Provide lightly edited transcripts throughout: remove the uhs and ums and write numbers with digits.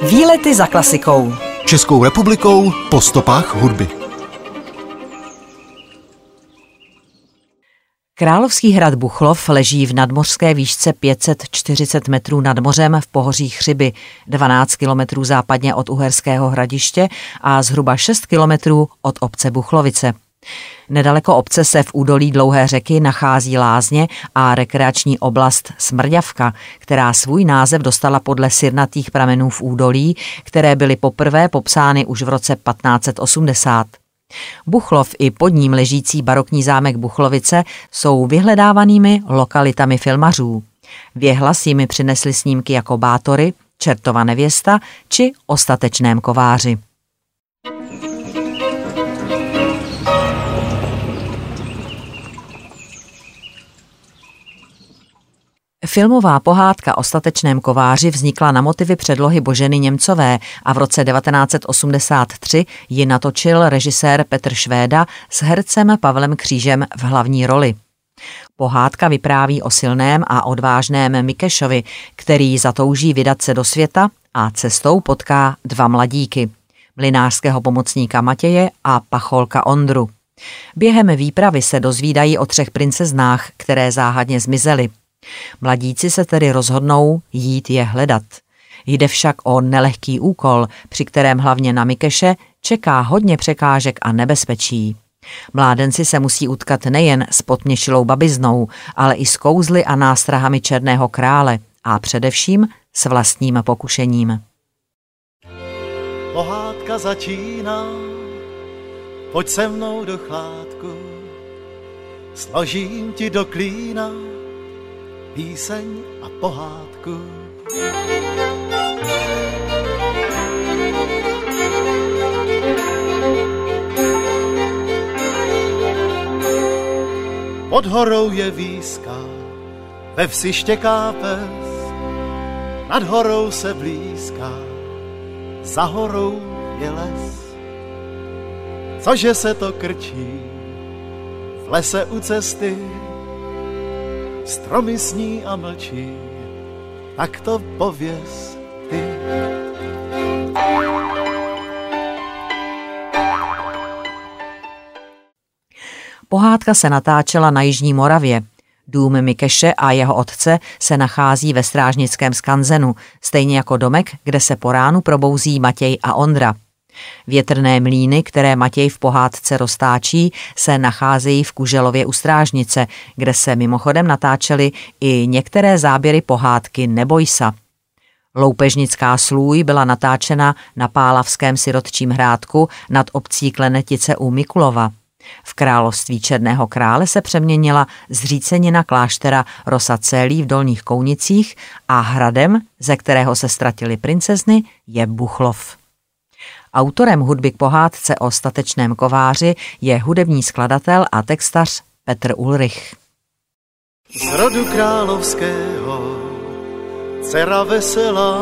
Výlety za klasikou. Českou republikou po stopách hudby. Královský hrad Buchlov leží v nadmořské výšce 540 metrů nad mořem v pohoří Chřiby, 12 kilometrů západně od Uherského Hradiště a zhruba 6 kilometrů od obce Buchlovice. Nedaleko obce se v údolí dlouhé řeky nachází lázně a rekreační oblast Smrďavka, která svůj název dostala podle sirnatých pramenů v údolí, které byly poprvé popsány už v roce 1580. Buchlov i pod ním ležící barokní zámek Buchlovice jsou vyhledávanými lokalitami filmařů. Věhlas jimi přinesli snímky jako Bátory, Čertova nevěsta či O statečném kováři. Filmová pohádka O statečném kováři vznikla na motivy předlohy Boženy Němcové a v roce 1983 ji natočil režisér Petr Švéda s hercem Pavlem Křížem v hlavní roli. Pohádka vypráví o silném a odvážném Mikešovi, který zatouží vydat se do světa a cestou potká dva mladíky, mlynářského pomocníka Matěje a pacholka Ondru. Během výpravy se dozvídají o 3 princeznách, které záhadně zmizely. Mladíci se tedy rozhodnou jít je hledat. Jde však o nelehký úkol, při kterém hlavně na Mikeše čeká hodně překážek a nebezpečí. Mládenci se musí utkat nejen s potměšilou babiznou, ale i s kouzly a nástrahami Černého krále a především s vlastním pokušením. Pohádka začíná, pojď se mnou do chládku, složím ti do klína píseň a pohádku. Pod horou je výska, ve vsi štěká pes, nad horou se blízká, za horou je les. Cože se to krčí v lese u cesty, stromy sní a mlčí, tak to pověz ty. Pohádka se natáčela na Jižní Moravě. Dům Mikeše a jeho otce se nachází ve strážnickém skanzenu, stejně jako domek, kde se po ránu probouzí Matěj a Ondra. Větrné mlýny, které Matěj v pohádce roztáčí, se nacházejí v Kuželově u Strážnice, kde se mimochodem natáčely i některé záběry pohádky Nebojsa. Loupežnická slůj byla natáčena na Pálavském sirotčím hrádku nad obcí Klenetice u Mikulova. V království Černého krále se přeměnila zřícenina kláštera Rosa Célí v Dolních Kounicích a hradem, ze kterého se ztratily princezny, je Buchlov. Autorem hudby k pohádce O statečném kováři je hudební skladatel a textař Petr Ulrich. Z rodu královského dcera veselá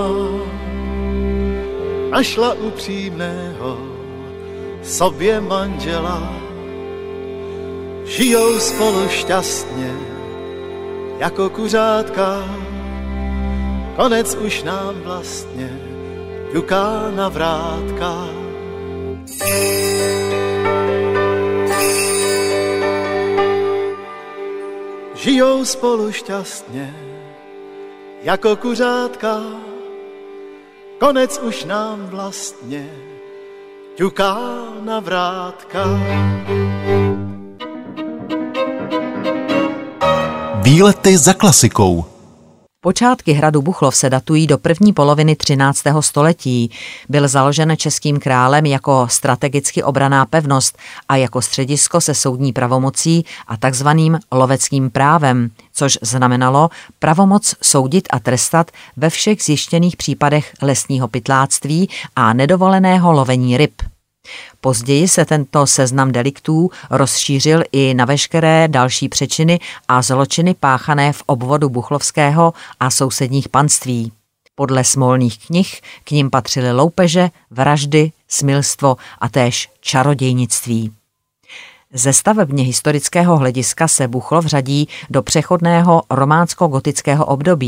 našla upřímného sobě manžela. Žijou spolu šťastně jako kuřátka, konec už nám vlastně ťuká na vrátka. Žijou spolu šťastně jako kuřátka, konec už nám vlastně ťuká na vrátka. Výlety za klasikou. Počátky hradu Buchlov se datují do první poloviny 13. století. Byl založen českým králem jako strategicky obranná pevnost a jako středisko se soudní pravomocí a takzvaným loveckým právem, což znamenalo pravomoc soudit a trestat ve všech zjištěných případech lesního pytláctví a nedovoleného lovení ryb. Později se tento seznam deliktů rozšířil i na veškeré další přečiny a zločiny páchané v obvodu Buchlovského a sousedních panství. Podle smolných knih k nim patřily loupeže, vraždy, smilstvo a též čarodějnictví. Ze stavebně historického hlediska se Buchlov řadí do přechodného románsko-gotického období.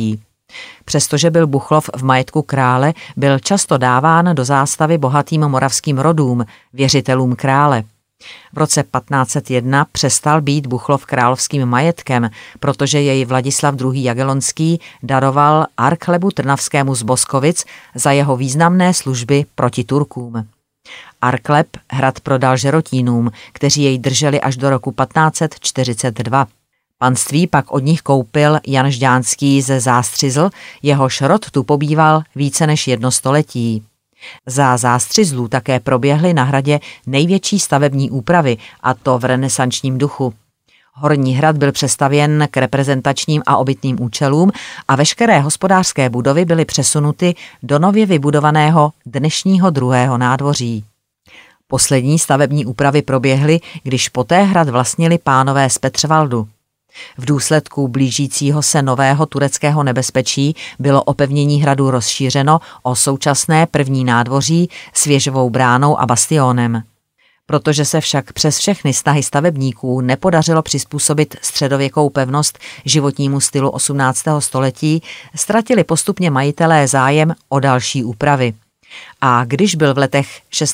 Přestože byl Buchlov v majetku krále, byl často dáván do zástavy bohatým moravským rodům, věřitelům krále. V roce 1501 přestal být Buchlov královským majetkem, protože jej Vladislav II. Jagellonský daroval Archlebu Trnavskému z Boskovic za jeho významné služby proti Turkům. Archleb hrad prodal Žerotínům, kteří jej drželi až do roku 1542. Panství pak od nich koupil Jan Žďánský ze Zástřizl, jehož rod tu pobýval více než 100 století. Za Zástřizlů také proběhly na hradě největší stavební úpravy, a to v renesančním duchu. Horní hrad byl přestavěn k reprezentačním a obytným účelům a veškeré hospodářské budovy byly přesunuty do nově vybudovaného dnešního druhého nádvoří. Poslední stavební úpravy proběhly, když poté hrad vlastnili pánové z Petřvaldu. V důsledku blížícího se nového tureckého nebezpečí bylo opevnění hradu rozšířeno o současné první nádvoří s věžovou bránou a bastionem. Protože se však přes všechny snahy stavebníků nepodařilo přizpůsobit středověkou pevnost životnímu stylu 18. století, ztratili postupně majitelé zájem o další úpravy. A když byl v letech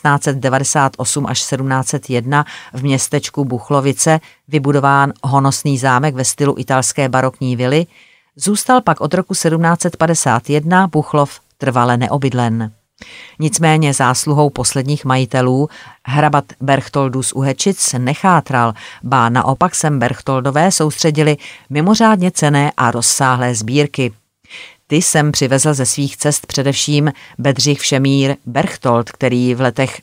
1698 až 1701 v městečku Buchlovice vybudován honosný zámek ve stylu italské barokní vily, zůstal pak od roku 1751 Buchlov trvale neobydlen. Nicméně zásluhou posledních majitelů hrabat Berchtoldů z Uhečic nechátral, ba naopak sem Berchtoldové soustředili mimořádně cenné a rozsáhlé sbírky. Ty sem přivezl ze svých cest především Bedřich Všemír Berchtold, který v letech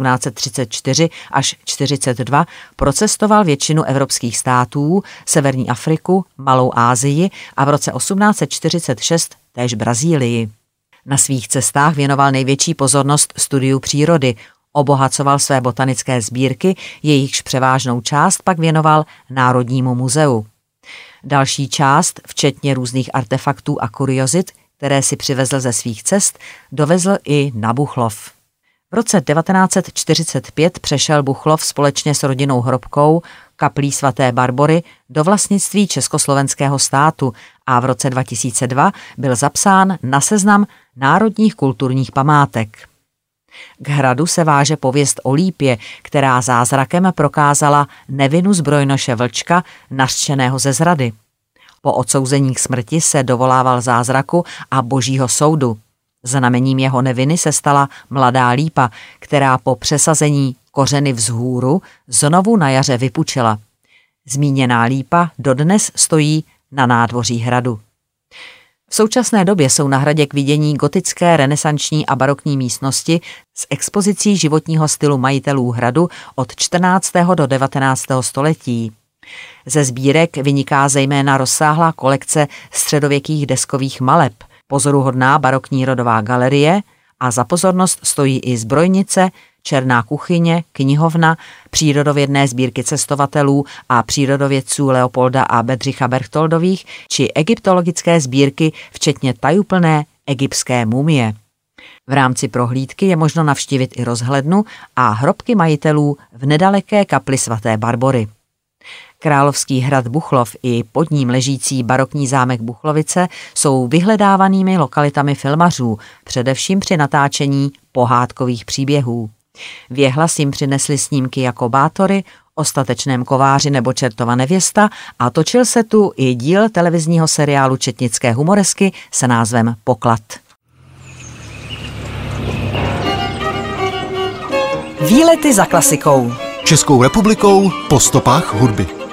1834 až 42 procestoval většinu evropských států, severní Afriku, Malou Asii a v roce 1846 též Brazílii. Na svých cestách věnoval největší pozornost studiu přírody, obohacoval své botanické sbírky, jejichž převážnou část pak věnoval Národnímu muzeu. Další část, včetně různých artefaktů a kuriozit, které si přivezl ze svých cest, dovezl i na Buchlov. V roce 1945 přešel Buchlov společně s rodinou Hrobkou, kaplí svaté Barbory, do vlastnictví Československého státu a v roce 2002 byl zapsán na seznam národních kulturních památek. K hradu se váže pověst o lípě, která zázrakem prokázala nevinu zbrojnoše Vlčka, nařčeného ze zrady. Po odsouzení k smrti se dovolával zázraku a božího soudu. Znamením jeho neviny se stala mladá lípa, která po přesazení kořeny vzhůru znovu na jaře vypučila. Zmíněná lípa dodnes stojí na nádvoří hradu. V současné době jsou na hradě k vidění gotické, renesanční a barokní místnosti s expozicí životního stylu majitelů hradu od 14. do 19. století. Ze sbírek vyniká zejména rozsáhlá kolekce středověkých deskových maleb, pozoruhodná barokní rodová galerie a za pozornost stojí i zbrojnice, černá kuchyně, knihovna, přírodovědné sbírky cestovatelů a přírodovědců Leopolda a Bedřicha Berchtoldových či egyptologické sbírky, včetně tajuplné egyptské mumie. V rámci prohlídky je možno navštívit i rozhlednu a hrobky majitelů v nedaleké kapli svaté Barbory. Královský hrad Buchlov i pod ním ležící barokní zámek Buchlovice jsou vyhledávanými lokalitami filmařů, především při natáčení pohádkových příběhů. Věhlas jim přinesli snímky jako Bátory, O statečném kováři nebo Čertova nevěsta a točil se tu i díl televizního seriálu četnické humoresky se názvem Poklad. Výlety za klasikou. Českou republikou po stopách hudby.